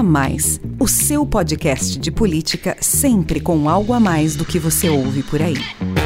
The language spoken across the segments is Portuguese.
Mais, o seu podcast de política sempre com algo a mais do que você ouve por aí.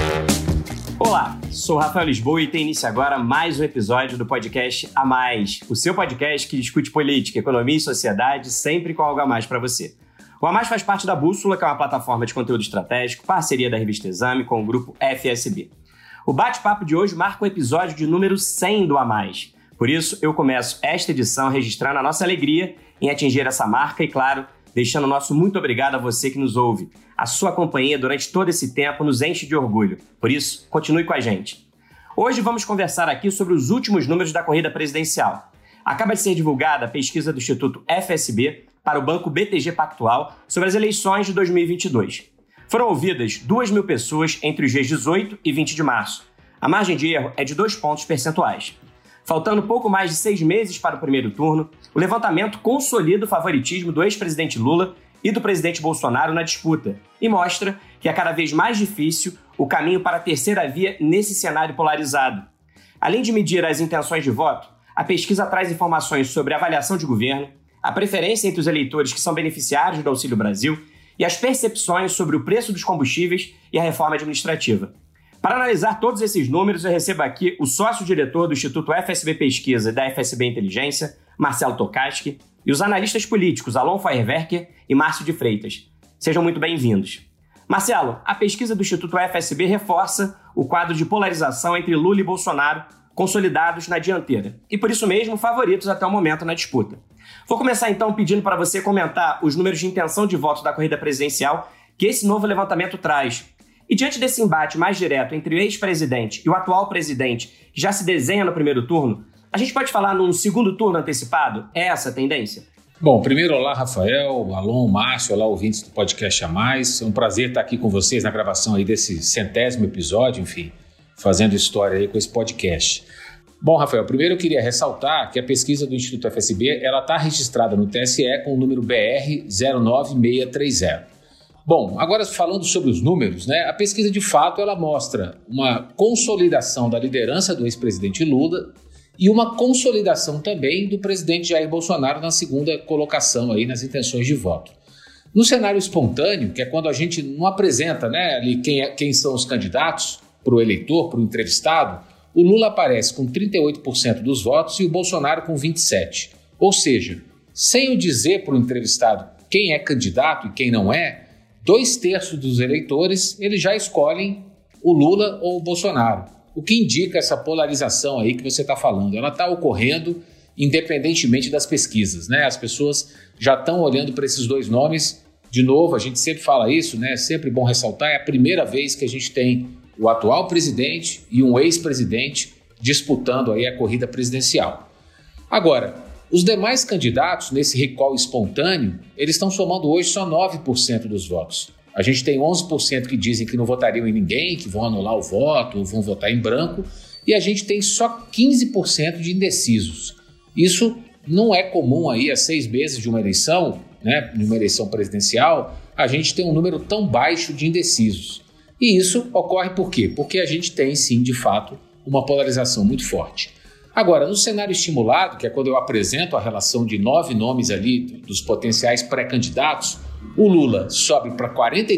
Olá, sou Rafael Lisboa e tem início agora mais um episódio do podcast A Mais, o seu podcast que discute política, economia e sociedade sempre com algo a mais para você. O A Mais faz parte da Bússola, que é uma plataforma de conteúdo estratégico, parceria da revista Exame com o grupo FSB. O bate-papo de hoje marca o episódio de número 100 do A Mais. Por isso, eu começo esta edição registrando a nossa alegria em atingir essa marca e, claro, deixando o nosso muito obrigado a você que nos ouve. A sua companhia durante todo esse tempo nos enche de orgulho. Por isso, continue com a gente. Hoje vamos conversar aqui sobre os últimos números da corrida presidencial. Acaba de ser divulgada a pesquisa do Instituto FSB para o Banco BTG Pactual sobre as eleições de 2022. Foram ouvidas 2.000 pessoas entre os dias 18 e 20 de março. A margem de erro é de 2 pontos percentuais. Faltando pouco mais de 6 meses para o primeiro turno, o levantamento consolida o favoritismo do ex-presidente Lula e do presidente Bolsonaro na disputa e mostra que é cada vez mais difícil o caminho para a terceira via nesse cenário polarizado. Além de medir as intenções de voto, a pesquisa traz informações sobre a avaliação de governo, a preferência entre os eleitores que são beneficiários do Auxílio Brasil e as percepções sobre o preço dos combustíveis e a reforma administrativa. Para analisar todos esses números, eu recebo aqui o sócio-diretor do Instituto FSB Pesquisa e da FSB Inteligência, Marcelo Tokaski, e os analistas políticos Alon Feuerwerker e Márcio de Freitas. Sejam muito bem-vindos. Marcelo, a pesquisa do Instituto FSB reforça o quadro de polarização entre Lula e Bolsonaro, consolidados na dianteira, e por isso mesmo favoritos até o momento na disputa. Vou começar então pedindo para você comentar os números de intenção de voto da corrida presidencial que esse novo levantamento traz. E diante desse embate mais direto entre o ex-presidente e o atual presidente, que já se desenha no primeiro turno, a gente pode falar num segundo turno antecipado? É essa a tendência? Bom, primeiro, olá Rafael, Alon, Márcio, olá ouvintes do podcast A Mais. É um prazer estar aqui com vocês na gravação aí desse 100º episódio, enfim, fazendo história aí com esse podcast. Bom, Rafael, primeiro eu queria ressaltar que a pesquisa do Instituto FSB ela está registrada no TSE com o número BR 09630. Bom, agora falando sobre os números, né, a pesquisa de fato ela mostra uma consolidação da liderança do ex-presidente Lula e uma consolidação também do presidente Jair Bolsonaro na segunda colocação aí nas intenções de voto. No cenário espontâneo, que é quando a gente não apresenta, né, ali quem são os candidatos para o eleitor, para o entrevistado, o Lula aparece com 38% dos votos e o Bolsonaro com 27%. Ou seja, sem eu dizer para o entrevistado quem é candidato e quem não é, 2/3 dos eleitores eles já escolhem o Lula ou o Bolsonaro. O que indica essa polarização aí que você está falando. Ela está ocorrendo independentemente das pesquisas, né? As pessoas já estão olhando para esses dois nomes. De novo, a gente sempre fala isso, né? É sempre bom ressaltar, é a primeira vez que a gente tem o atual presidente e um ex-presidente disputando aí a corrida presidencial. Agora, os demais candidatos, nesse recall espontâneo, eles estão somando hoje só 9% dos votos. A gente tem 11% que dizem que não votariam em ninguém, que vão anular o voto, ou vão votar em branco, e a gente tem só 15% de indecisos. Isso não é comum aí, há 6 meses de uma eleição, né, de uma eleição presidencial, a gente tem um número tão baixo de indecisos. E isso ocorre por quê? Porque a gente tem, sim, de fato, uma polarização muito forte. Agora, no cenário estimulado, que é quando eu apresento a relação de 9 nomes ali dos potenciais pré-candidatos, o Lula sobe para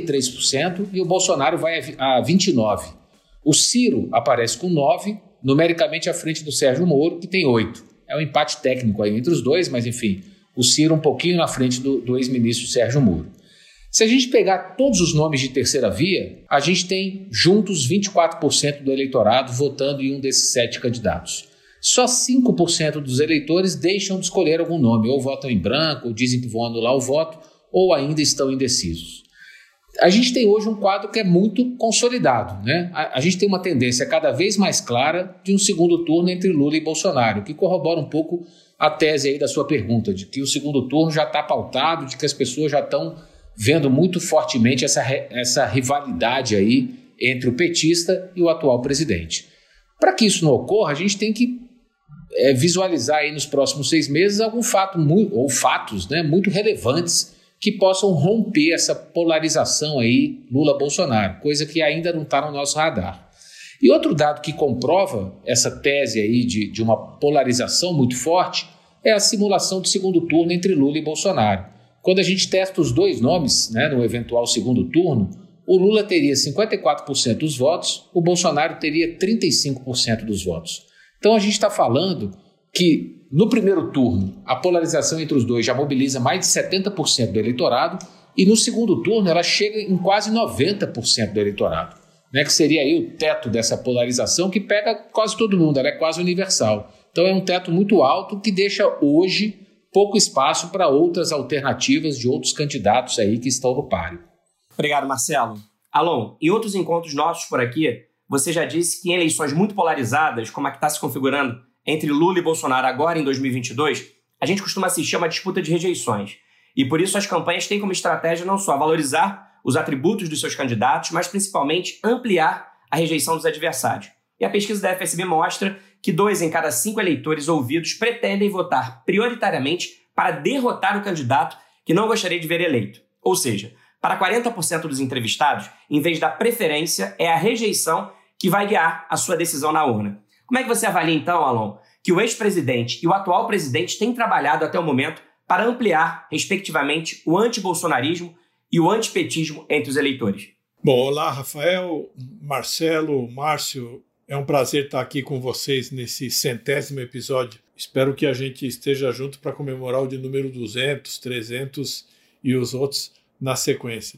43% e o Bolsonaro vai a 29%. O Ciro aparece com 9%, numericamente à frente do Sérgio Moro, que tem 8%. É um empate técnico aí entre os dois, mas enfim, o Ciro um pouquinho na frente do ex-ministro Sérgio Moro. Se a gente pegar todos os nomes de terceira via, a gente tem juntos 24% do eleitorado votando em um desses 7 candidatos. Só 5% dos eleitores deixam de escolher algum nome, ou votam em branco, ou dizem que vão anular o voto, ou ainda estão indecisos. A gente tem hoje um quadro que é muito consolidado, né? A gente tem uma tendência cada vez mais clara de um segundo turno entre Lula e Bolsonaro, que corrobora um pouco a tese aí da sua pergunta, de que o segundo turno já está pautado, de que as pessoas já estão vendo muito fortemente essa rivalidade aí entre o petista e o atual presidente. Para que isso não ocorra, a gente tem que visualizar aí nos próximos 6 meses algum fato ou fatos, né, muito relevantes que possam romper essa polarização aí Lula-Bolsonaro, coisa que ainda não está no nosso radar. E outro dado que comprova essa tese aí de uma polarização muito forte é a simulação de segundo turno entre Lula e Bolsonaro, Quando a gente testa os dois nomes, né, no eventual segundo turno, o Lula teria 54% dos votos, o Bolsonaro teria 35% dos votos. Então a gente está falando que no primeiro turno a polarização entre os dois já mobiliza mais de 70% do eleitorado e no segundo turno ela chega em quase 90% do eleitorado, né, que seria aí o teto dessa polarização que pega quase todo mundo, ela é quase universal. Então é um teto muito alto que deixa hoje pouco espaço para outras alternativas de outros candidatos aí que estão no páreo. Obrigado, Marcelo. Alon, em outros encontros nossos por aqui, você já disse que em eleições muito polarizadas, como a que está se configurando entre Lula e Bolsonaro agora em 2022, a gente costuma assistir a uma disputa de rejeições. E por isso as campanhas têm como estratégia não só valorizar os atributos dos seus candidatos, mas principalmente ampliar a rejeição dos adversários. E a pesquisa da FSB mostra que 2 em cada 5 eleitores ouvidos pretendem votar prioritariamente para derrotar o candidato que não gostaria de ver eleito. Ou seja, para 40% dos entrevistados, em vez da preferência, é a rejeição que vai guiar a sua decisão na urna. Como é que você avalia, então, Alon, que o ex-presidente e o atual presidente têm trabalhado até o momento para ampliar, respectivamente, o antibolsonarismo e o antipetismo entre os eleitores? Bom, olá, Rafael, Marcelo, Márcio. É um prazer estar aqui com vocês nesse 100º episódio. Espero que a gente esteja junto para comemorar o de número 200, 300 e os outros na sequência.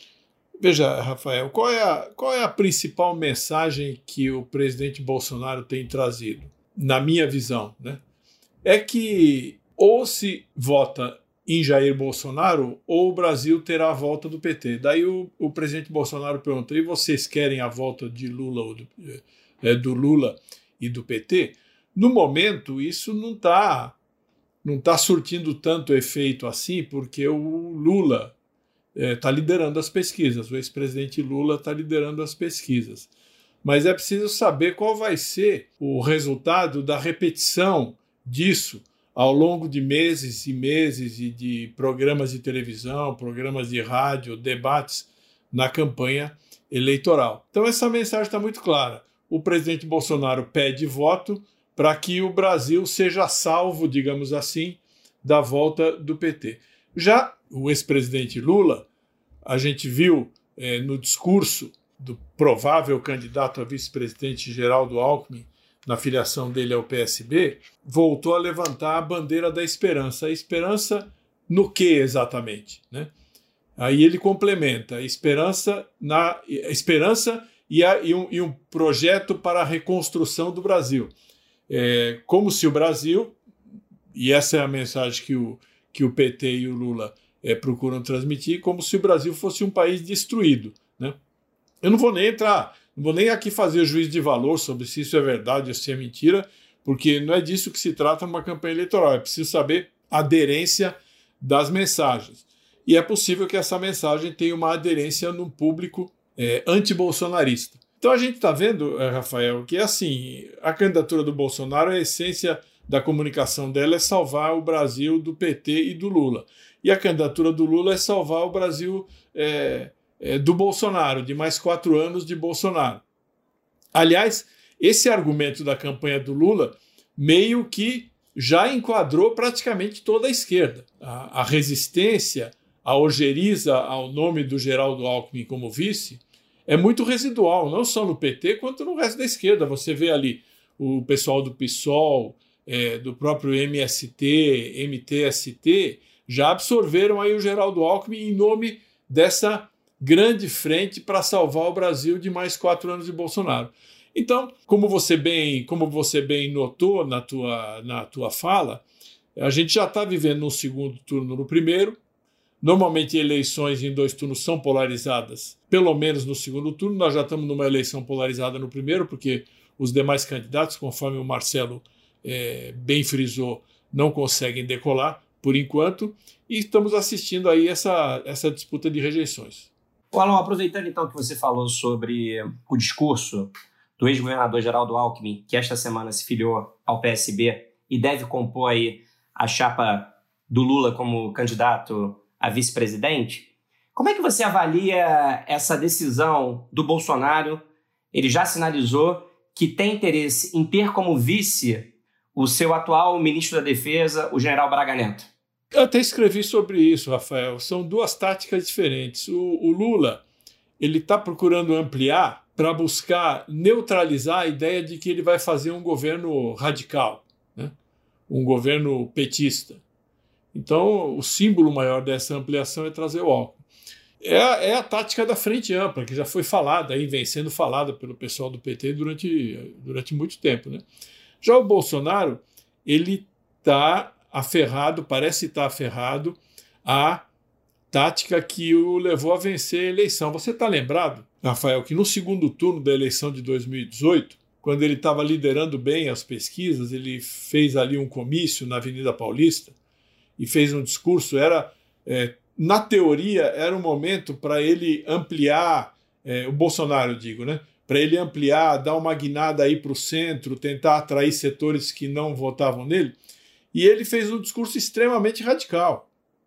Veja, Rafael, qual é a principal mensagem que o presidente Bolsonaro tem trazido? Na minha visão, né? É que ou se vota em Jair Bolsonaro ou o Brasil terá a volta do PT. Daí o presidente Bolsonaro perguntou: e vocês querem a volta de Lula ou do Lula e do PT? No momento, isso não está surtindo tanto efeito assim, porque o Lula está liderando as pesquisas, o ex-presidente Lula está liderando as pesquisas. Mas é preciso saber qual vai ser o resultado da repetição disso ao longo de meses e meses e de programas de televisão, programas de rádio, debates na campanha eleitoral. Então essa mensagem está muito clara. O presidente Bolsonaro pede voto para que o Brasil seja salvo, digamos assim, da volta do PT. Já o ex-presidente Lula, a gente viu no discurso do provável candidato a vice-presidente Geraldo Alckmin, na filiação dele ao PSB, voltou a levantar a bandeira da esperança. A esperança no que exatamente, né? Aí ele complementa a esperança e um projeto para a reconstrução do Brasil. Como se o Brasil, e essa é a mensagem que o PT e o Lula procuram transmitir, como se o Brasil fosse um país destruído, né? Eu não vou nem aqui fazer juízo de valor sobre se isso é verdade ou se é mentira, porque não é disso que se trata numa campanha eleitoral. É preciso saber a aderência das mensagens. E é possível que essa mensagem tenha uma aderência num público antibolsonarista. Então a gente está vendo, Rafael, que assim, a candidatura do Bolsonaro, a essência da comunicação dela é salvar o Brasil do PT e do Lula. E a candidatura do Lula é salvar o Brasil do Bolsonaro, de mais 4 anos de Bolsonaro. Aliás, esse argumento da campanha do Lula meio que já enquadrou praticamente toda a esquerda. A resistência, a ojeriza ao nome do Geraldo Alckmin como vice é muito residual, não só no PT, quanto no resto da esquerda. Você vê ali o pessoal do PSOL, do próprio MST, MTST, já absorveram aí o Geraldo Alckmin em nome dessa grande frente para salvar o Brasil de mais 4 anos de Bolsonaro. Então, como você bem notou na tua fala, a gente já está vivendo um segundo turno no primeiro. Normalmente eleições em 2 turnos são polarizadas, pelo menos no segundo turno. Nós já estamos numa eleição polarizada no primeiro, porque os demais candidatos, conforme o Marcelo bem frisou, não conseguem decolar por enquanto, e estamos assistindo aí essa disputa de rejeições. Alon, aproveitando então que você falou sobre o discurso do ex-governador Geraldo Alckmin, que esta semana se filiou ao PSB e deve compor aí a chapa do Lula como candidato a vice-presidente, como é que você avalia essa decisão do Bolsonaro? Ele já sinalizou que tem interesse em ter como vice o seu atual ministro da Defesa, o general Braga Neto. Eu até escrevi sobre isso, Rafael. São duas táticas diferentes. O Lula ele está procurando ampliar para buscar neutralizar a ideia de que ele vai fazer um governo radical, né? Um governo petista. Então, o símbolo maior dessa ampliação é trazer o Alckmin. É a tática da Frente Ampla, que já foi falada, aí vem sendo falada pelo pessoal do PT durante muito tempo, né? Já o Bolsonaro, ele está aferrado, parece estar aferrado à tática que o levou a vencer a eleição. Você está lembrado, Rafael, que no segundo turno da eleição de 2018, quando ele estava liderando bem as pesquisas, ele fez ali um comício na Avenida Paulista e fez um discurso, na teoria, era um momento para ele ampliar, o Bolsonaro, digo, né? Para ele ampliar, dar uma guinada aí para o centro, tentar atrair setores que não votavam nele. E ele fez um discurso extremamente radical.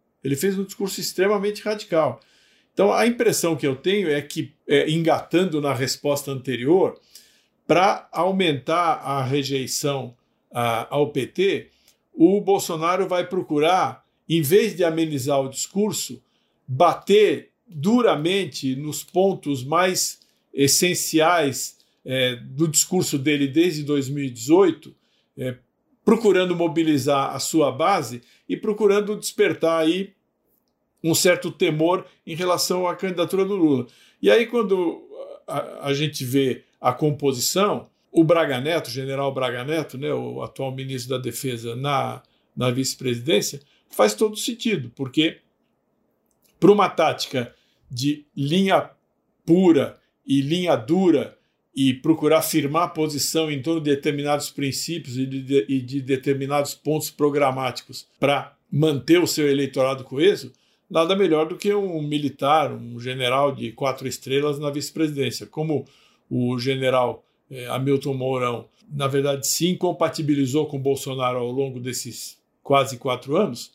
Então, a impressão que eu tenho é que, engatando na resposta anterior, para aumentar a rejeição ao PT, o Bolsonaro vai procurar, em vez de amenizar o discurso, bater duramente nos pontos mais essenciais do discurso dele desde 2018, procurando mobilizar a sua base e procurando despertar aí um certo temor em relação à candidatura do Lula. E aí, quando a gente vê a composição, o Braga Neto, o general Braga Neto, né, o atual ministro da Defesa na vice-presidência, faz todo sentido, porque para uma tática de linha pura e linha dura e procurar firmar a posição em torno de determinados princípios e de determinados pontos programáticos para manter o seu eleitorado coeso, nada melhor do que um militar, um general de 4 estrelas na vice-presidência. Como o general Hamilton Mourão, na verdade, se incompatibilizou com Bolsonaro ao longo desses quase 4 anos,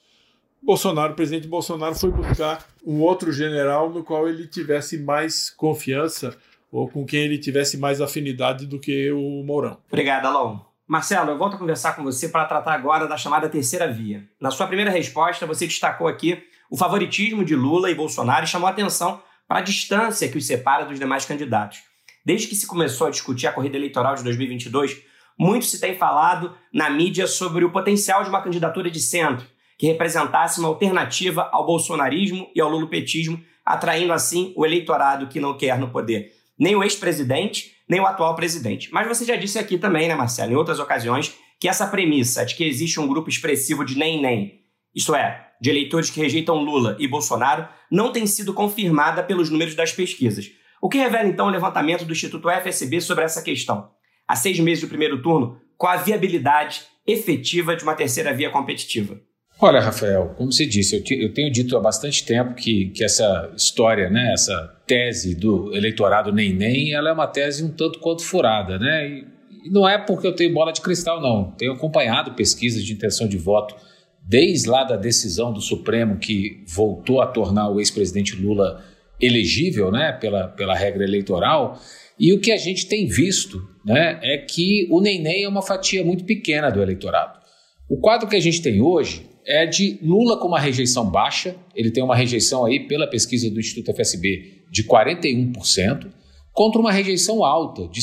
o presidente Bolsonaro foi buscar um outro general no qual ele tivesse mais confiança ou com quem ele tivesse mais afinidade do que o Mourão. Obrigado, Alon. Marcelo, eu volto a conversar com você para tratar agora da chamada terceira via. Na sua primeira resposta, você destacou aqui o favoritismo de Lula e Bolsonaro e chamou a atenção para a distância que os separa dos demais candidatos. Desde que se começou a discutir a corrida eleitoral de 2022, muito se tem falado na mídia sobre o potencial de uma candidatura de centro, que representasse uma alternativa ao bolsonarismo e ao lulopetismo, atraindo assim o eleitorado que não quer no poder nem o ex-presidente, nem o atual presidente. Mas você já disse aqui também, né, Marcelo, em outras ocasiões, que essa premissa de que existe um grupo expressivo de nem, isto é, de eleitores que rejeitam Lula e Bolsonaro, não tem sido confirmada pelos números das pesquisas. O que revela, então, o levantamento do Instituto FSB sobre essa questão? Há 6 meses do primeiro turno, qual a viabilidade efetiva de uma terceira via competitiva? Olha, Rafael, como você disse, eu tenho dito há bastante tempo que essa história, né, essa tese do eleitorado nem, ela é uma tese um tanto quanto furada, né? E não é porque eu tenho bola de cristal, não. Tenho acompanhado pesquisas de intenção de voto desde lá da decisão do Supremo que voltou a tornar o ex-presidente Lula elegível, né, pela regra eleitoral. E o que a gente tem visto, né, é que o nem é uma fatia muito pequena do eleitorado. O quadro que a gente tem hoje é de Lula com uma rejeição baixa, ele tem uma rejeição aí pela pesquisa do Instituto FSB de 41%, contra uma rejeição alta de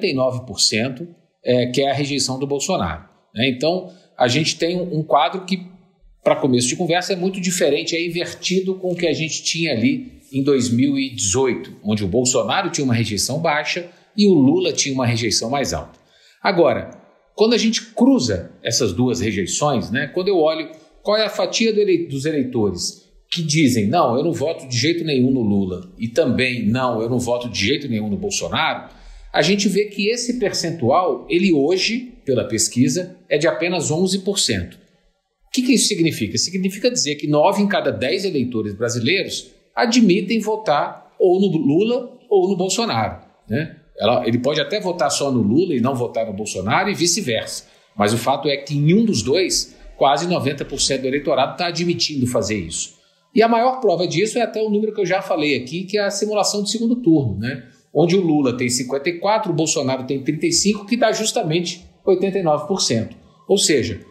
59%, que é a rejeição do Bolsonaro, né? Então, a gente tem um quadro que, para começo de conversa, é muito diferente, é invertido com o que a gente tinha ali em 2018, onde o Bolsonaro tinha uma rejeição baixa e o Lula tinha uma rejeição mais alta. Agora, quando a gente cruza essas duas rejeições, né, quando eu olho qual é a fatia dos eleitores que dizem não, eu não voto de jeito nenhum no Lula e também não, eu não voto de jeito nenhum no Bolsonaro, a gente vê que esse percentual, ele hoje, pela pesquisa, é de apenas 11%. O que isso significa? Significa dizer que 9 em cada 10 eleitores brasileiros admitem votar ou no Lula ou no Bolsonaro, né? Ele pode até votar só no Lula e não votar no Bolsonaro e vice-versa. Mas o fato é que em um dos dois, quase 90% do eleitorado está admitindo fazer isso. E a maior prova disso é até o número que eu já falei aqui, que é a simulação do segundo turno, né? Onde o Lula tem 54%, o Bolsonaro tem 35%, que dá justamente 89%. Ou seja,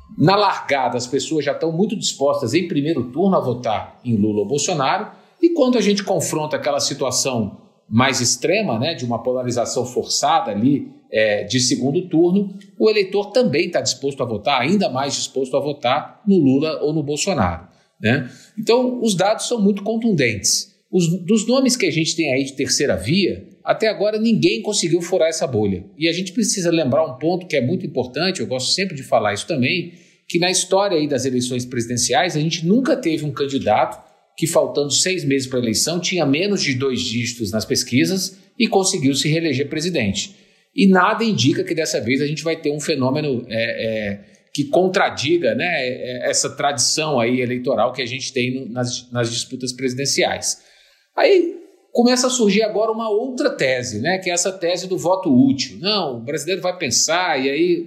Na largada, as pessoas já estão muito dispostas em primeiro turno a votar em Lula ou Bolsonaro, e quando a gente confronta aquela situação mais extrema, né, de uma polarização forçada ali de segundo turno, o eleitor também está disposto a votar, ainda mais disposto a votar no Lula ou no Bolsonaro, né? Então, os dados são muito contundentes. Dos nomes que a gente tem aí de terceira via, até agora ninguém conseguiu furar essa bolha. E a gente precisa lembrar um ponto que é muito importante, eu gosto sempre de falar isso também, que na história aí das eleições presidenciais, a gente nunca teve um candidato que, faltando 6 meses para a eleição, tinha menos de 2 dígitos nas pesquisas e conseguiu se reeleger presidente. E nada indica que dessa vez a gente vai ter um fenômeno que contradiga, né, essa tradição aí eleitoral que a gente tem nas disputas presidenciais. Aí começa a surgir agora uma outra tese, né, que é essa tese do voto útil. Não, o brasileiro vai pensar e aí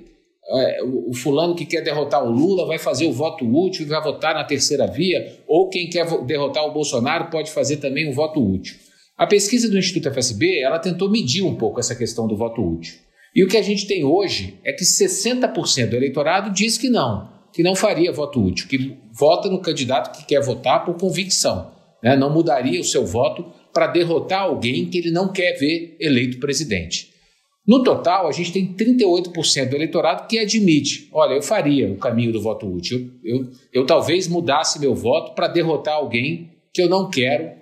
o fulano que quer derrotar o Lula vai fazer o voto útil e vai votar na terceira via, ou quem quer derrotar o Bolsonaro pode fazer também um voto útil. A pesquisa do Instituto FSB, ela tentou medir um pouco essa questão do voto útil. E o que a gente tem hoje é que 60% do eleitorado diz que não faria voto útil, que vota no candidato que quer votar por convicção, né? Não mudaria o seu voto para derrotar alguém que ele não quer ver eleito presidente. No total, a gente tem 38% do eleitorado que admite, olha, eu faria o caminho do voto útil, eu talvez mudasse meu voto para derrotar alguém que eu não quero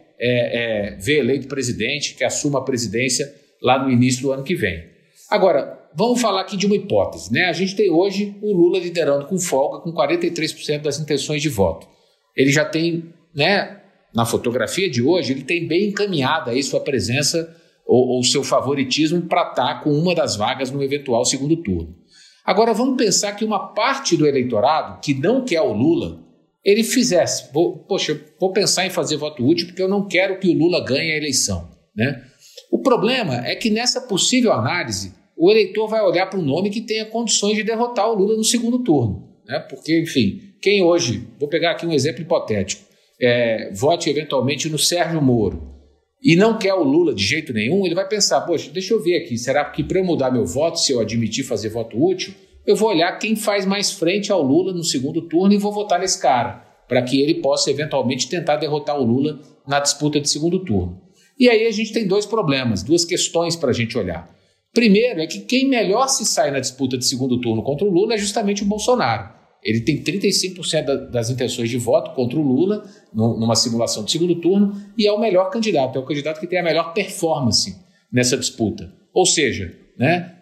ver eleito presidente, que assuma a presidência lá no início do ano que vem. Agora, vamos falar aqui de uma hipótese, né? A gente tem hoje o Lula liderando com folga, com 43% das intenções de voto. Ele já tem, né, na fotografia de hoje, ele tem bem encaminhada aí sua presença ou seu favoritismo para estar com uma das vagas no eventual segundo turno. Agora, vamos pensar que uma parte do eleitorado que não quer o Lula, ele fizesse, vou pensar em fazer voto útil porque eu não quero que o Lula ganhe a eleição, né? O problema é que nessa possível análise, o eleitor vai olhar para um nome que tenha condições de derrotar o Lula no segundo turno, né? Porque, enfim, quem hoje, vou pegar aqui um exemplo hipotético, vote eventualmente no Sérgio Moro e não quer o Lula de jeito nenhum, ele vai pensar, poxa, deixa eu ver aqui, será que para eu mudar meu voto, se eu admitir fazer voto útil, eu vou olhar quem faz mais frente ao Lula no segundo turno e vou votar nesse cara, para que ele possa eventualmente tentar derrotar o Lula na disputa de segundo turno. E aí a gente tem 2 problemas, 2 questões para a gente olhar. Primeiro é que quem melhor se sai na disputa de segundo turno contra o Lula é justamente o Bolsonaro. Ele tem 35% das intenções de voto contra o Lula numa simulação de segundo turno e é o melhor candidato, é o candidato que tem a melhor performance nessa disputa. Ou seja, né,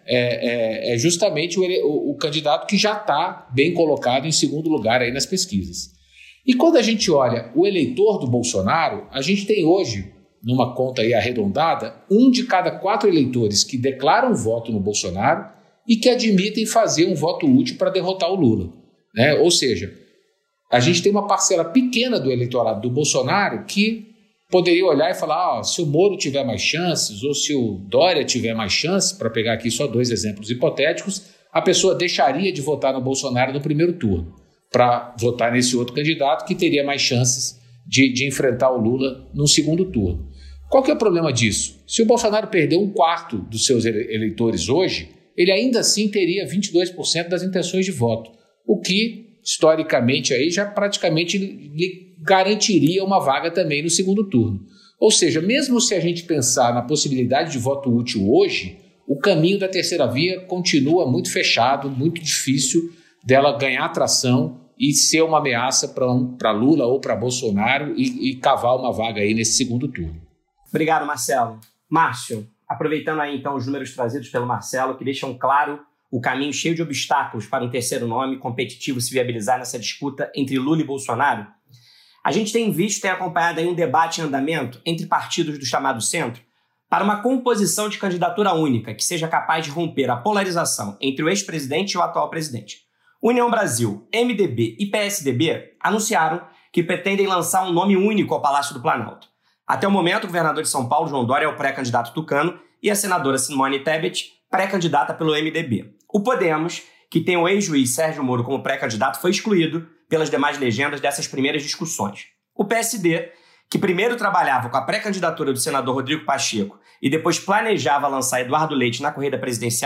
é justamente o candidato que já está bem colocado em segundo lugar aí nas pesquisas. E quando a gente olha o eleitor do Bolsonaro, a gente tem hoje, numa conta aí arredondada, 1 de cada 4 eleitores que declaram voto no Bolsonaro e que admitem fazer um voto útil para derrotar o Lula, né? Ou seja, a gente tem uma parcela pequena do eleitorado do Bolsonaro que poderia olhar e falar, se o Moro tiver mais chances ou se o Dória tiver mais chances, para pegar aqui só 2 exemplos hipotéticos, a pessoa deixaria de votar no Bolsonaro no primeiro turno para votar nesse outro candidato que teria mais chances de enfrentar o Lula no segundo turno. Qual que é o problema disso? Se o Bolsonaro perder 1/4 dos seus eleitores hoje, ele ainda assim teria 22% das intenções de voto, o que, historicamente, aí já praticamente lhe garantiria uma vaga também no segundo turno. Ou seja, mesmo se a gente pensar na possibilidade de voto útil hoje, o caminho da terceira via continua muito fechado, muito difícil dela ganhar tração e ser uma ameaça para Lula ou para Bolsonaro e cavar uma vaga aí nesse segundo turno. Obrigado, Marcelo. Márcio, aproveitando aí então os números trazidos pelo Marcelo, que deixam claro o caminho cheio de obstáculos para um terceiro nome competitivo se viabilizar nessa disputa entre Lula e Bolsonaro, a gente tem visto e tem acompanhado aí um debate em andamento entre partidos do chamado centro para uma composição de candidatura única que seja capaz de romper a polarização entre o ex-presidente e o atual presidente. União Brasil, MDB e PSDB anunciaram que pretendem lançar um nome único ao Palácio do Planalto. Até o momento, o governador de São Paulo, João Dória, é o pré-candidato tucano e a senadora Simone Tebet, pré-candidata pelo MDB. O Podemos, que tem o ex-juiz Sérgio Moro como pré-candidato, foi excluído pelas demais legendas dessas primeiras discussões. O PSD, que primeiro trabalhava com a pré-candidatura do senador Rodrigo Pacheco e depois planejava lançar Eduardo Leite na corrida presidencial,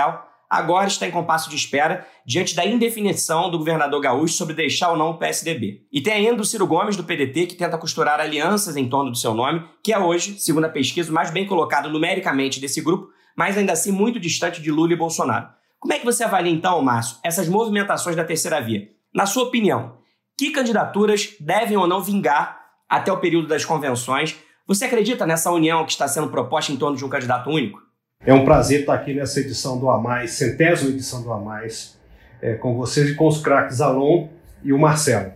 agora está em compasso de espera diante da indefinição do governador gaúcho sobre deixar ou não o PSDB. E tem ainda o Ciro Gomes, do PDT, que tenta costurar alianças em torno do seu nome, que é hoje, segundo a pesquisa, o mais bem colocado numericamente desse grupo, mas ainda assim muito distante de Lula e Bolsonaro. Como é que você avalia então, Márcio, essas movimentações da terceira via? Na sua opinião, que candidaturas devem ou não vingar até o período das convenções? Você acredita nessa união que está sendo proposta em torno de um candidato único? É um prazer estar aqui nessa edição do A Mais, 100ª edição do A Mais, com vocês e com os craques Alon e o Marcelo.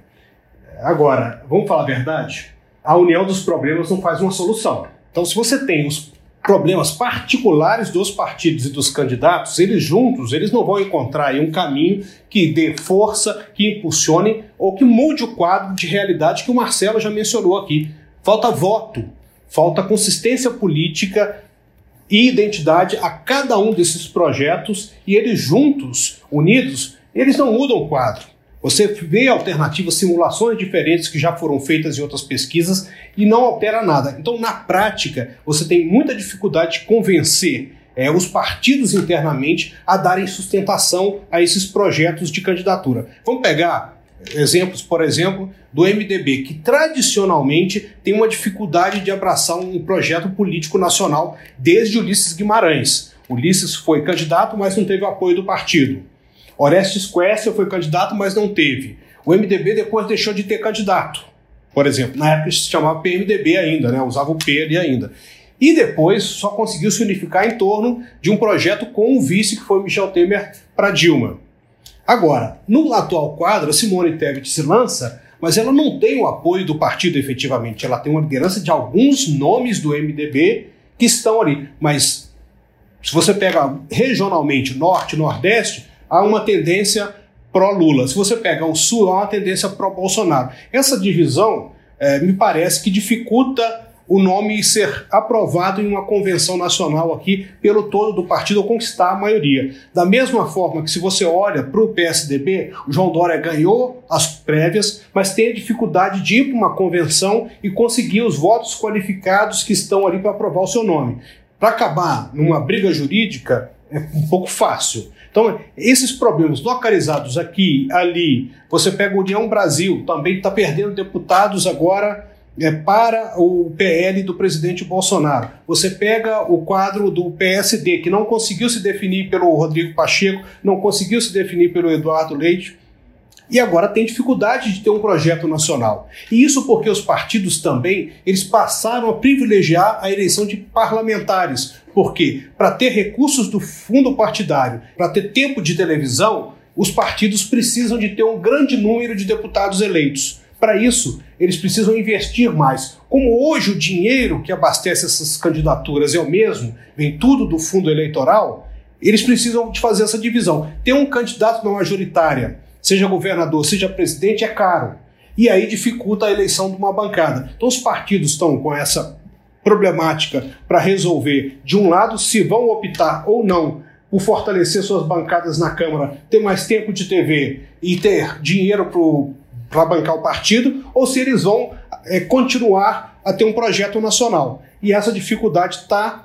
Agora, vamos falar a verdade? A união dos problemas não faz uma solução. Então, se você tem os problemas particulares dos partidos e dos candidatos, eles juntos, eles não vão encontrar aí um caminho que dê força, que impulsione ou que mude o quadro de realidade que o Marcelo já mencionou aqui. Falta voto, falta consistência política e identidade a cada um desses projetos, e eles juntos, unidos, eles não mudam o quadro. Você vê alternativas, simulações diferentes que já foram feitas em outras pesquisas e não altera nada. Então, na prática, você tem muita dificuldade de convencer os partidos internamente a darem sustentação a esses projetos de candidatura. Vamos pegar exemplos, por exemplo, do MDB, que tradicionalmente tem uma dificuldade de abraçar um projeto político nacional desde Ulisses Guimarães. Ulisses foi candidato, mas não teve o apoio do partido. Orestes Quércia foi candidato, mas não teve. O MDB depois deixou de ter candidato, por exemplo. Na época se chamava PMDB ainda, né? Usava o P ali ainda. E depois só conseguiu se unificar em torno de um projeto com o vice, que foi o Michel Temer, para Dilma. Agora, no atual quadro, a Simone Tebet se lança, mas ela não tem o apoio do partido efetivamente. Ela tem uma liderança de alguns nomes do MDB que estão ali. Mas se você pega regionalmente, norte e nordeste, há uma tendência pró-Lula. Se você pega o sul, há uma tendência pró-Bolsonaro. Essa divisão me parece que dificulta o nome ser aprovado em uma convenção nacional aqui pelo todo do partido ou conquistar a maioria. Da mesma forma que se você olha para o PSDB, o João Dória ganhou as prévias, mas tem a dificuldade de ir para uma convenção e conseguir os votos qualificados que estão ali para aprovar o seu nome. Para acabar numa briga jurídica é um pouco fácil. Então, esses problemas localizados aqui, ali, você pega a União Brasil, também está perdendo deputados agora para o PL do presidente Bolsonaro. Você pega o quadro do PSD, que não conseguiu se definir pelo Rodrigo Pacheco, não conseguiu se definir pelo Eduardo Leite, e agora tem dificuldade de ter um projeto nacional. E isso porque os partidos também, eles passaram a privilegiar a eleição de parlamentares. Por quê? Para ter recursos do fundo partidário, para ter tempo de televisão, os partidos precisam de ter um grande número de deputados eleitos. Para isso, eles precisam investir mais. Como hoje o dinheiro que abastece essas candidaturas é o mesmo, vem tudo do fundo eleitoral, eles precisam de fazer essa divisão. Ter um candidato na majoritária, seja governador, seja presidente, é caro. E aí dificulta a eleição de uma bancada. Então os partidos estão com essa problemática para resolver, de um lado, se vão optar ou não por fortalecer suas bancadas na Câmara, ter mais tempo de TV e ter dinheiro para bancar o partido, ou se eles vão continuar a ter um projeto nacional. E essa dificuldade está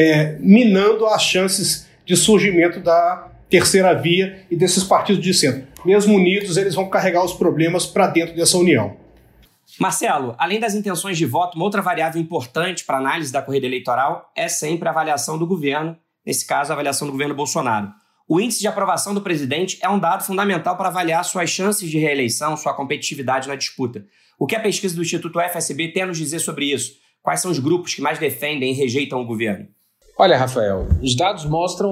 minando as chances de surgimento da terceira via e desses partidos de centro. Mesmo unidos, eles vão carregar os problemas para dentro dessa união. Marcelo, além das intenções de voto, uma outra variável importante para a análise da corrida eleitoral é sempre a avaliação do governo, nesse caso, a avaliação do governo Bolsonaro. O índice de aprovação do presidente é um dado fundamental para avaliar suas chances de reeleição, sua competitividade na disputa. O que a pesquisa do Instituto FSB tem a nos dizer sobre isso? Quais são os grupos que mais defendem e rejeitam o governo? Olha, Rafael, os dados mostram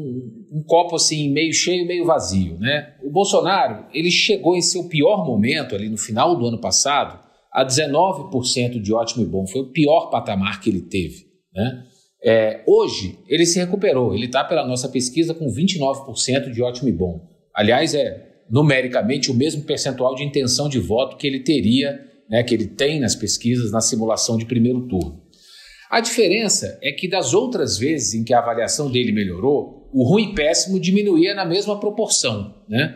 um copo assim, meio cheio, meio vazio, né? O Bolsonaro, ele chegou em seu pior momento, ali no final do ano passado, a 19% de ótimo e bom. Foi o pior patamar que ele teve, né? Hoje, ele se recuperou. Ele está, pela nossa pesquisa, com 29% de ótimo e bom. Aliás, numericamente o mesmo percentual de intenção de voto que ele teria, né, que ele tem nas pesquisas, na simulação de primeiro turno. A diferença é que das outras vezes em que a avaliação dele melhorou, o ruim e péssimo diminuía na mesma proporção, né?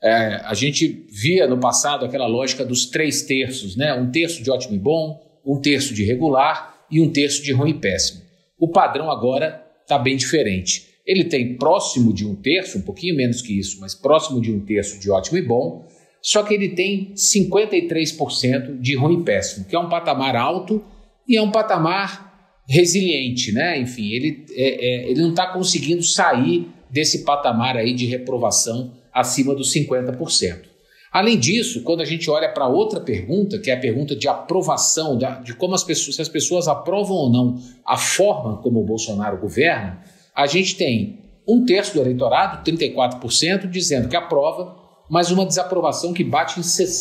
A gente via no passado aquela lógica dos 3/3, né? 1/3 de ótimo e bom, 1/3 de regular e 1/3 de ruim e péssimo. O padrão agora está bem diferente. Ele tem próximo de 1/3, um pouquinho menos que isso, mas próximo de 1/3 de ótimo e bom, só que ele tem 53% de ruim e péssimo, que é um patamar alto e é um patamar resiliente, né? Enfim, ele não está conseguindo sair desse patamar aí de reprovação acima dos 50%. Além disso, quando a gente olha para outra pergunta, que é a pergunta de aprovação, de como se as pessoas aprovam ou não a forma como o Bolsonaro governa, a gente tem 1/3 do eleitorado, 34%, dizendo que aprova, mas uma desaprovação que bate em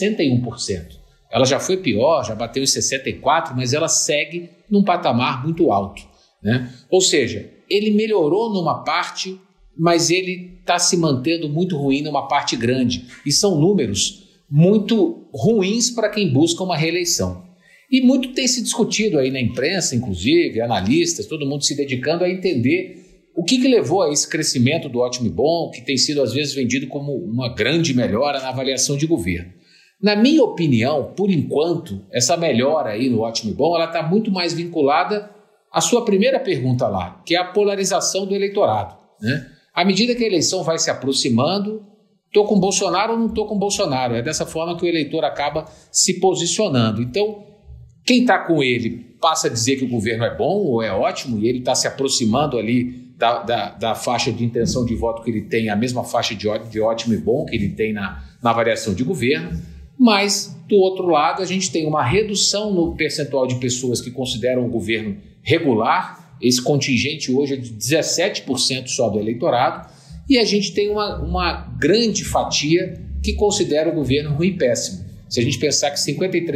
61%. Ela já foi pior, já bateu em 64%, mas ela segue num patamar muito alto, né? Ou seja, ele melhorou numa parte, mas ele está se mantendo muito ruim numa parte grande. E são números muito ruins para quem busca uma reeleição. E muito tem se discutido aí na imprensa, inclusive, analistas, todo mundo se dedicando a entender o que levou a esse crescimento do ótimo e bom, que tem sido às vezes vendido como uma grande melhora na avaliação de governo. Na minha opinião, por enquanto, essa melhora aí no ótimo e bom, ela está muito mais vinculada à sua primeira pergunta lá, que é a polarização do eleitorado, né? À medida que a eleição vai se aproximando, estou com Bolsonaro ou não estou com Bolsonaro? É dessa forma que o eleitor acaba se posicionando. Então, quem está com ele passa a dizer que o governo é bom ou é ótimo, e ele está se aproximando ali da faixa de intenção de voto que ele tem, a mesma faixa de ótimo e bom que ele tem na avaliação de governo. Mas, do outro lado, a gente tem uma redução no percentual de pessoas que consideram o governo regular. Esse contingente hoje é de 17% só do eleitorado, e a gente tem uma grande fatia que considera o governo ruim e péssimo. Se a gente pensar que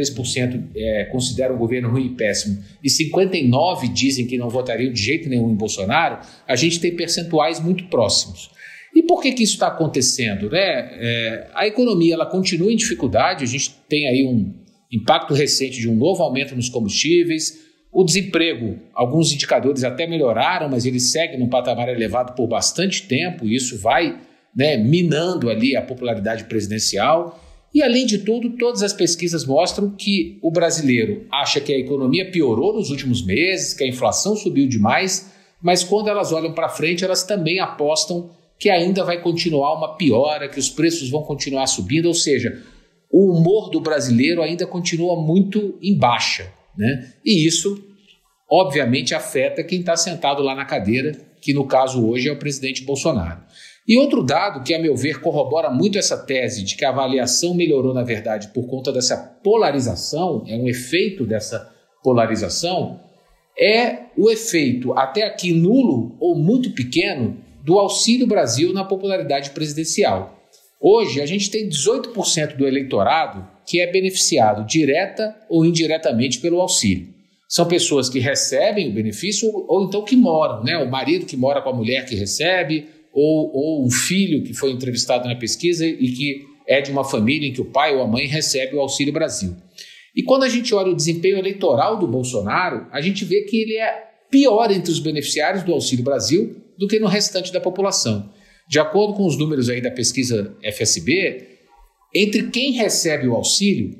53% consideram o governo ruim e péssimo e 59% dizem que não votariam de jeito nenhum em Bolsonaro, a gente tem percentuais muito próximos. E por que isso está acontecendo, né? A economia ela continua em dificuldade, a gente tem aí um impacto recente de um novo aumento nos combustíveis. O desemprego, alguns indicadores até melhoraram, mas ele segue num patamar elevado por bastante tempo, e isso vai, né, minando ali a popularidade presidencial. E, além de tudo, todas as pesquisas mostram que o brasileiro acha que a economia piorou nos últimos meses, que a inflação subiu demais, mas quando elas olham para frente, elas também apostam que ainda vai continuar uma piora, que os preços vão continuar subindo, ou seja, o humor do brasileiro ainda continua muito em baixa, né? E isso, obviamente, afeta quem está sentado lá na cadeira, que no caso hoje é o presidente Bolsonaro. E outro dado que, a meu ver, corrobora muito essa tese de que a avaliação melhorou, na verdade, por conta dessa polarização, é um efeito dessa polarização, é o efeito, até aqui nulo ou muito pequeno, do Auxílio Brasil na popularidade presidencial. Hoje, a gente tem 18% do eleitorado que é beneficiado direta ou indiretamente pelo auxílio. São pessoas que recebem o benefício ou então que moram, né? O marido que mora com a mulher que recebe, ou um filho que foi entrevistado na pesquisa e que é de uma família em que o pai ou a mãe recebe o Auxílio Brasil. E quando a gente olha o desempenho eleitoral do Bolsonaro, a gente vê que ele é pior entre os beneficiários do Auxílio Brasil do que no restante da população. De acordo com os números aí da pesquisa FSB, entre quem recebe o auxílio,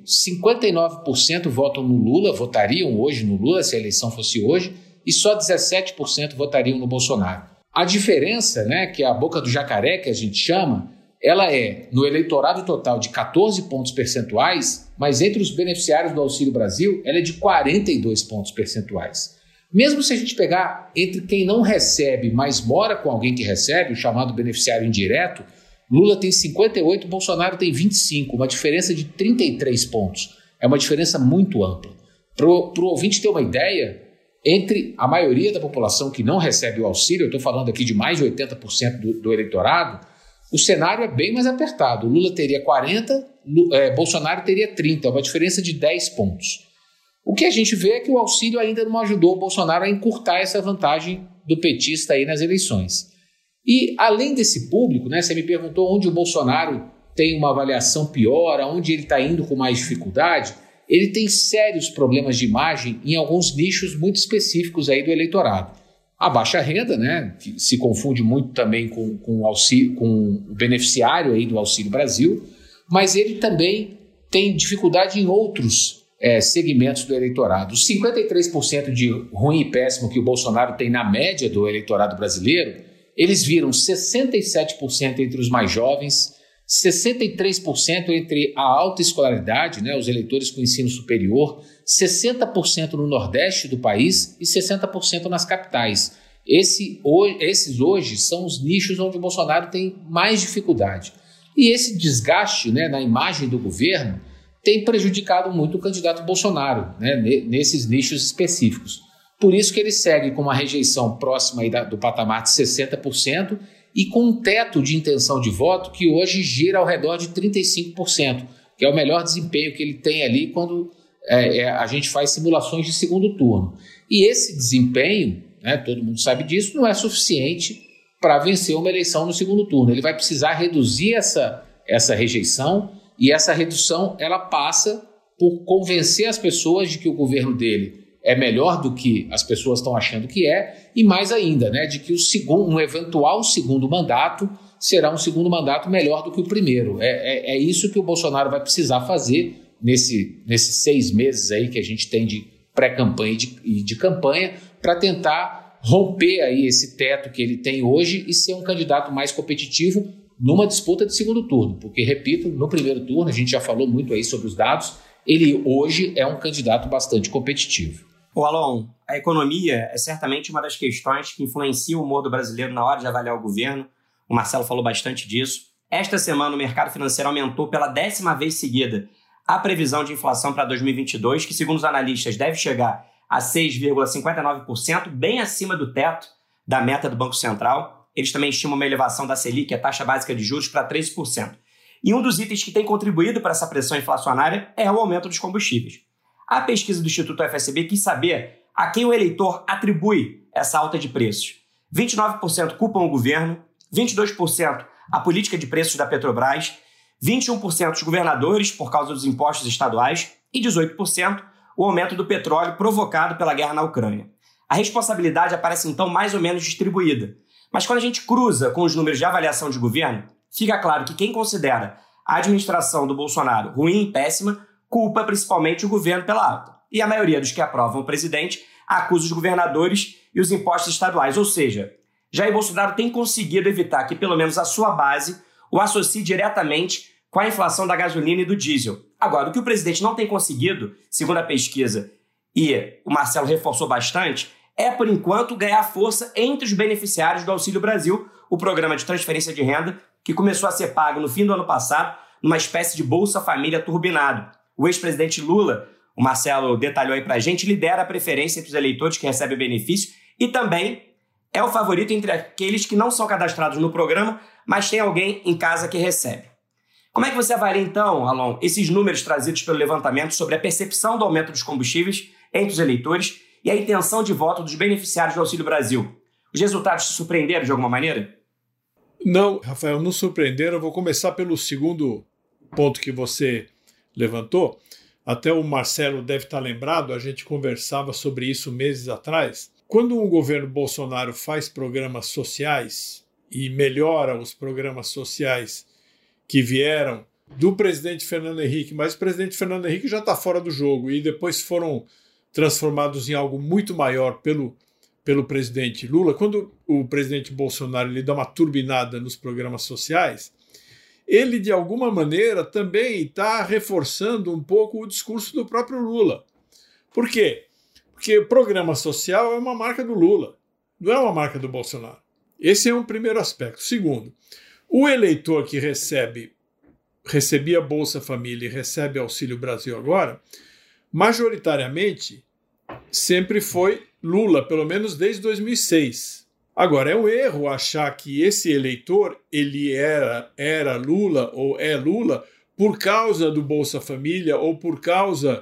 59% votam no Lula, votariam hoje no Lula se a eleição fosse hoje, e só 17% votariam no Bolsonaro. A diferença, né, que é a boca do jacaré, que a gente chama, ela é no eleitorado total de 14 pontos percentuais, mas entre os beneficiários do Auxílio Brasil, ela é de 42 pontos percentuais. Mesmo se a gente pegar entre quem não recebe, mas mora com alguém que recebe, o chamado beneficiário indireto, Lula tem 58, Bolsonaro tem 25, uma diferença de 33 pontos. É uma diferença muito ampla. Para o ouvinte ter uma ideia, entre a maioria da população que não recebe o auxílio, eu estou falando aqui de mais de 80% do eleitorado, o cenário é bem mais apertado. Lula teria 40, Bolsonaro teria 30, é uma diferença de 10 pontos. O que a gente vê é que o auxílio ainda não ajudou o Bolsonaro a encurtar essa vantagem do petista aí nas eleições. E além desse público, né, você me perguntou onde o Bolsonaro tem uma avaliação pior, aonde ele está indo com mais dificuldade. Ele tem sérios problemas de imagem em alguns nichos muito específicos aí do eleitorado. A baixa renda, né, que se confunde muito também com o beneficiário aí do Auxílio Brasil, mas ele também tem dificuldade em outros segmentos do eleitorado. Os 53% de ruim e péssimo que o Bolsonaro tem na média do eleitorado brasileiro, eles viram 67% entre os mais jovens, 63% entre a alta escolaridade, né, os eleitores com ensino superior, 60% no Nordeste do país e 60% nas capitais. Esses hoje são os nichos onde o Bolsonaro tem mais dificuldade. E esse desgaste, né, na imagem do governo tem prejudicado muito o candidato Bolsonaro, né, nesses nichos específicos. Por isso que ele segue com uma rejeição próxima aí do patamar de 60% e com um teto de intenção de voto que hoje gira ao redor de 35%, que é o melhor desempenho que ele tem ali quando a gente faz simulações de segundo turno. E esse desempenho, né, todo mundo sabe disso, não é suficiente para vencer uma eleição no segundo turno. Ele vai precisar reduzir essa rejeição, e essa redução ela passa por convencer as pessoas de que o governo dele é melhor do que as pessoas estão achando que é, e mais ainda, né, de que um eventual segundo mandato será um segundo mandato melhor do que o primeiro. É isso que o Bolsonaro vai precisar fazer nesses 6 meses aí que a gente tem de pré-campanha e de campanha, para tentar romper aí esse teto que ele tem hoje e ser um candidato mais competitivo numa disputa de segundo turno. Porque, repito, no primeiro turno, a gente já falou muito aí sobre os dados, ele hoje é um candidato bastante competitivo. Ô Alon, a economia é certamente uma das questões que influencia o humor do brasileiro na hora de avaliar o governo. O Marcelo falou bastante disso. Esta semana, o mercado financeiro aumentou pela 10ª vez seguida a previsão de inflação para 2022, que, segundo os analistas, deve chegar a 6,59%, bem acima do teto da meta do Banco Central. Eles também estimam uma elevação da Selic, a taxa básica de juros, para 13%. E um dos itens que tem contribuído para essa pressão inflacionária é o aumento dos combustíveis. A pesquisa do Instituto FSB quis saber a quem o eleitor atribui essa alta de preços. 29% culpam o governo, 22% a política de preços da Petrobras, 21% os governadores por causa dos impostos estaduais e 18% o aumento do petróleo provocado pela guerra na Ucrânia. A responsabilidade aparece então mais ou menos distribuída. Mas quando a gente cruza com os números de avaliação de governo, fica claro que quem considera a administração do Bolsonaro ruim e péssima culpa principalmente o governo pela alta. E a maioria dos que aprovam o presidente acusa os governadores e os impostos estaduais. Ou seja, Jair Bolsonaro tem conseguido evitar que pelo menos a sua base o associe diretamente com a inflação da gasolina e do diesel. Agora, o que o presidente não tem conseguido, segundo a pesquisa, e o Marcelo reforçou bastante, é, por enquanto, ganhar força entre os beneficiários do Auxílio Brasil, o programa de transferência de renda, que começou a ser pago no fim do ano passado, numa espécie de Bolsa Família turbinado. O ex-presidente Lula, o Marcelo detalhou aí pra gente, lidera a preferência entre os eleitores que recebem benefício e também é o favorito entre aqueles que não são cadastrados no programa, mas tem alguém em casa que recebe. Como é que você avalia, então, Alon, esses números trazidos pelo levantamento sobre a percepção do aumento dos combustíveis entre os eleitores e a intenção de voto dos beneficiários do Auxílio Brasil? Os resultados te surpreenderam de alguma maneira? Não, Rafael, não surpreenderam. Eu vou começar pelo segundo ponto que você levantou. Até o Marcelo deve estar lembrado, a gente conversava sobre isso meses atrás. Quando o governo Bolsonaro faz programas sociais e melhora os programas sociais que vieram do presidente Fernando Henrique, mas o presidente Fernando Henrique já está fora do jogo e depois foram transformados em algo muito maior pelo presidente Lula. Quando o presidente Bolsonaro ele dá uma turbinada nos programas sociais, ele, de alguma maneira, também está reforçando um pouco o discurso do próprio Lula. Por quê? Porque programa social é uma marca do Lula, não é uma marca do Bolsonaro. Esse é um primeiro aspecto. Segundo, o eleitor que recebia Bolsa Família e recebe Auxílio Brasil agora, majoritariamente, sempre foi Lula, pelo menos desde 2006. Agora, é um erro achar que esse eleitor ele era Lula ou é Lula por causa do Bolsa Família ou por causa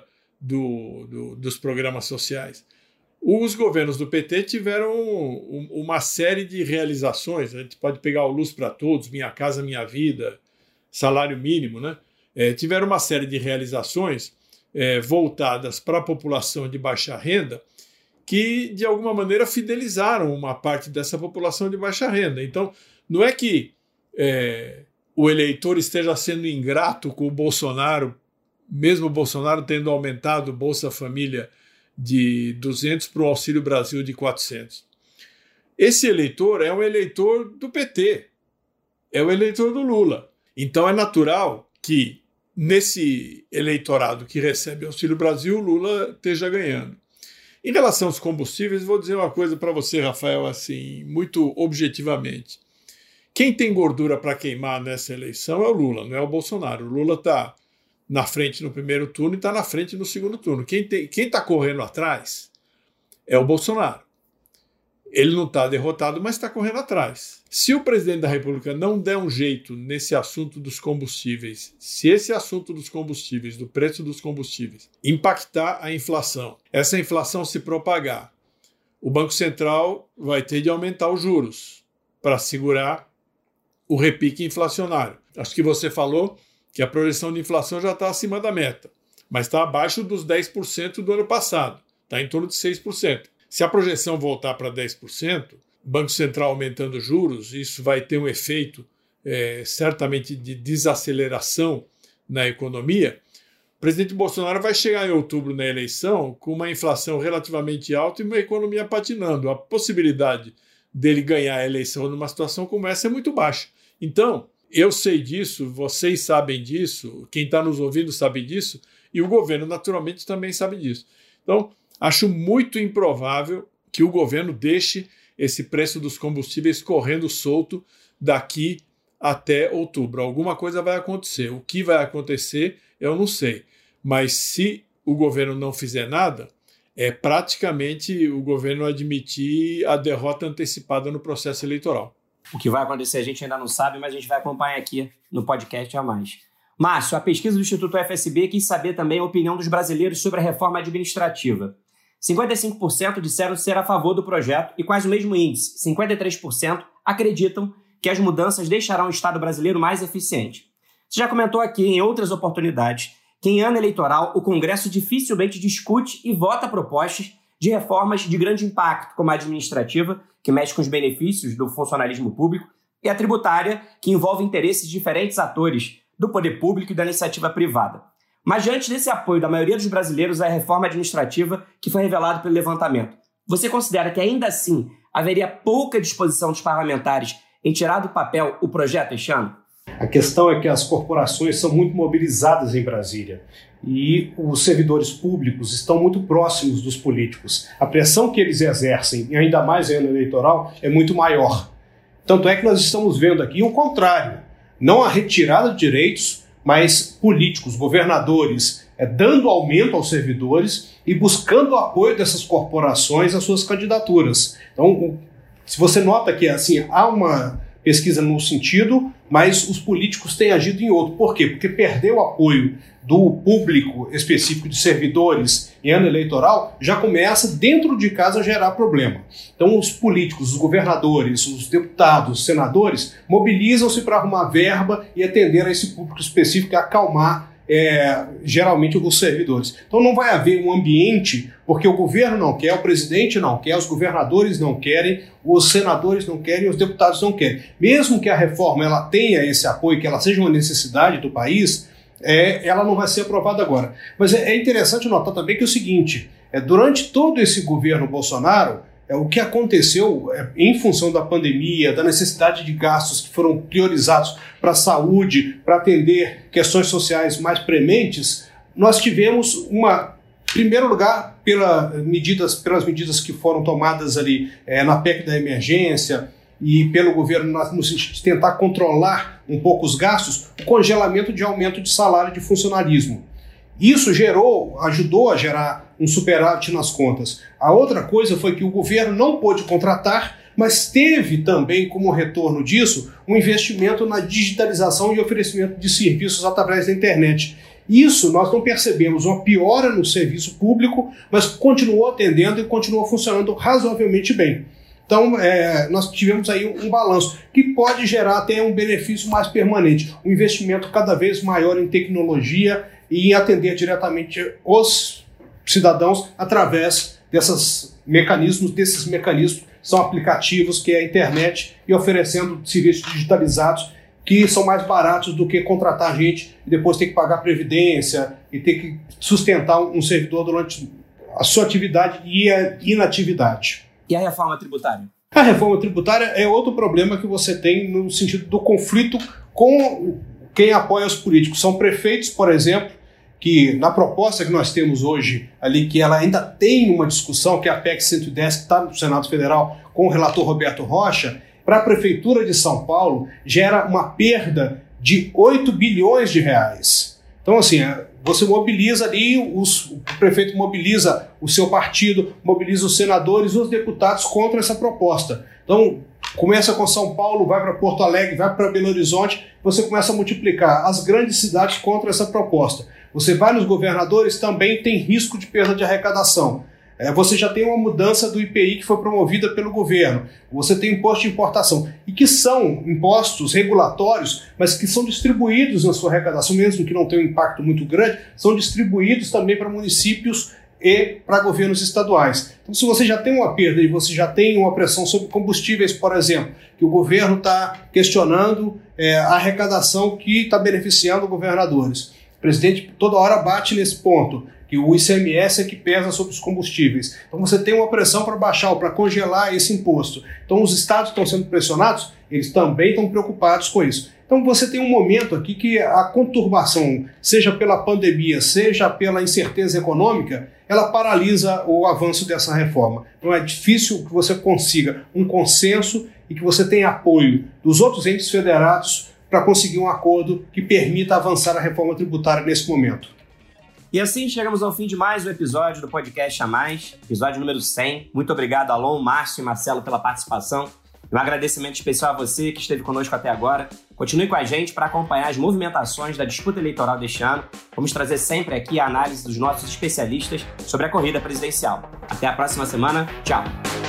dos programas sociais. Os governos do PT tiveram uma série de realizações. A gente pode pegar o Luz para Todos, Minha Casa Minha Vida, salário mínimo, né? Tiveram uma série de realizações voltadas para a população de baixa renda que, de alguma maneira, fidelizaram uma parte dessa população de baixa renda. Então, não é que o eleitor esteja sendo ingrato com o Bolsonaro, mesmo o Bolsonaro tendo aumentado Bolsa Família de 200 para o Auxílio Brasil de 400. esse eleitor é um eleitor do PT, é o eleitor do Lula. Então é natural que nesse eleitorado que recebe Auxílio Brasil, o Lula esteja ganhando. Em relação aos combustíveis, vou dizer uma coisa para você, Rafael, assim, muito objetivamente. Quem tem gordura para queimar nessa eleição é o Lula, não é o Bolsonaro. O Lula está na frente no primeiro turno e está na frente no segundo turno. Quem está correndo atrás é o Bolsonaro. Ele não está derrotado, mas está correndo atrás. Se o presidente da República não der um jeito nesse assunto dos combustíveis, se esse assunto dos combustíveis, do preço dos combustíveis, impactar a inflação, essa inflação se propagar, o Banco Central vai ter de aumentar os juros para segurar o repique inflacionário. Acho que você falou que a projeção de inflação já está acima da meta, mas está abaixo dos 10% do ano passado, está em torno de 6%. Se a projeção voltar para 10%, o Banco Central aumentando juros, isso vai ter um efeito certamente de desaceleração na economia. O presidente Bolsonaro vai chegar em outubro na eleição com uma inflação relativamente alta e uma economia patinando. A possibilidade dele ganhar a eleição numa situação como essa é muito baixa. Então, eu sei disso, vocês sabem disso, quem está nos ouvindo sabe disso, e o governo naturalmente também sabe disso. Então, acho muito improvável que o governo deixe esse preço dos combustíveis correndo solto daqui até outubro. Alguma coisa vai acontecer. O que vai acontecer, eu não sei. Mas se o governo não fizer nada, é praticamente o governo admitir a derrota antecipada no processo eleitoral. O que vai acontecer a gente ainda não sabe, mas a gente vai acompanhar aqui no podcast a mais. Márcio, a pesquisa do Instituto FSB quis saber também a opinião dos brasileiros sobre a reforma administrativa. 55% disseram ser a favor do projeto e quase o mesmo índice, 53%, acreditam que as mudanças deixarão o Estado brasileiro mais eficiente. Você já comentou aqui em outras oportunidades que em ano eleitoral o Congresso dificilmente discute e vota propostas de reformas de grande impacto, como a administrativa, que mexe com os benefícios do funcionalismo público, e a tributária, que envolve interesses de diferentes atores do poder público e da iniciativa privada. Mas diante desse apoio da maioria dos brasileiros à reforma administrativa que foi revelado pelo levantamento, você considera que ainda assim haveria pouca disposição dos parlamentares em tirar do papel o projeto este ano? A questão é que as corporações são muito mobilizadas em Brasília e os servidores públicos estão muito próximos dos políticos. A pressão que eles exercem, e ainda mais em ano eleitoral, é muito maior. Tanto é que nós estamos vendo aqui o contrário. Não a retirada de direitos, mas políticos, governadores, dando aumento aos servidores e buscando o apoio dessas corporações às suas candidaturas. Então, se você nota que assim, há uma pesquisa num sentido, mas os políticos têm agido em outro. Por quê? Porque perder o apoio do público específico de servidores em ano eleitoral já começa dentro de casa a gerar problema. Então os políticos, os governadores, os deputados, os senadores mobilizam-se para arrumar verba e atender a esse público específico e acalmar geralmente os servidores. Então não vai haver um ambiente, porque o governo não quer, o presidente não quer, os governadores não querem, os senadores não querem, os deputados não querem. Mesmo que a reforma ela tenha esse apoio, que ela seja uma necessidade do país, ela não vai ser aprovada agora. Mas é interessante notar também que é o seguinte, durante todo esse governo Bolsonaro, o que aconteceu em função da pandemia, da necessidade de gastos que foram priorizados para a saúde, para atender questões sociais mais prementes, nós tivemos em primeiro lugar, pelas medidas que foram tomadas ali na PEC da emergência e pelo governo no sentido de tentar controlar um pouco os gastos, o congelamento de aumento de salário de funcionalismo. Isso ajudou a gerar um superávit nas contas. A outra coisa foi que o governo não pôde contratar, mas teve também como retorno disso um investimento na digitalização e oferecimento de serviços através da internet. Isso nós não percebemos uma piora no serviço público, mas continuou atendendo e continuou funcionando razoavelmente bem. Então, nós tivemos aí um balanço que pode gerar até um benefício mais permanente, um investimento cada vez maior em tecnologia e em atender diretamente os cidadãos através desses mecanismos são aplicativos que é a internet e oferecendo serviços digitalizados que são mais baratos do que contratar gente e depois ter que pagar previdência e ter que sustentar um servidor durante a sua atividade e a inatividade. E a reforma tributária? A reforma tributária é outro problema que você tem no sentido do conflito com quem apoia os políticos. São prefeitos, por exemplo, que na proposta que nós temos hoje, ali, que ela ainda tem uma discussão, que é a PEC 110, que está no Senado Federal, com o relator Roberto Rocha, para a Prefeitura de São Paulo, gera uma perda de 8 bilhões de reais. Então, assim, você mobiliza ali, o prefeito mobiliza o seu partido, mobiliza os senadores e os deputados contra essa proposta. Então, começa com São Paulo, vai para Porto Alegre, vai para Belo Horizonte, você começa a multiplicar as grandes cidades contra essa proposta. Você vai nos governadores, também tem risco de perda de arrecadação. Você já tem uma mudança do IPI que foi promovida pelo governo. Você tem imposto de importação. E que são impostos regulatórios, mas que são distribuídos na sua arrecadação, mesmo que não tenham um impacto muito grande, são distribuídos também para municípios e para governos estaduais. Então, se você já tem uma perda e você já tem uma pressão sobre combustíveis, por exemplo, que o governo está questionando a arrecadação que está beneficiando governadores. O presidente toda hora bate nesse ponto, que o ICMS é que pesa sobre os combustíveis. Então você tem uma pressão para baixar ou para congelar esse imposto. Então os estados estão sendo pressionados, eles também estão preocupados com isso. Então você tem um momento aqui que a conturbação, seja pela pandemia, seja pela incerteza econômica, ela paralisa o avanço dessa reforma. Então é difícil que você consiga um consenso e que você tenha apoio dos outros entes federados para conseguir um acordo que permita avançar a reforma tributária nesse momento. E assim chegamos ao fim de mais um episódio do Podcast A Mais, episódio número 100. Muito obrigado, Alon, Márcio e Marcelo, pela participação. E um agradecimento especial a você que esteve conosco até agora. Continue com a gente para acompanhar as movimentações da disputa eleitoral deste ano. Vamos trazer sempre aqui a análise dos nossos especialistas sobre a corrida presidencial. Até a próxima semana. Tchau!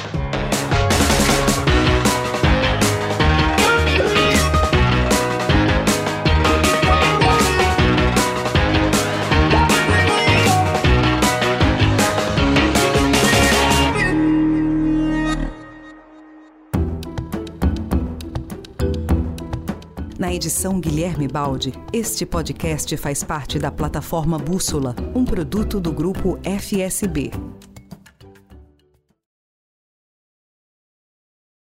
Na edição Guilherme Baldi, este podcast faz parte da plataforma Bússola, um produto do grupo FSB.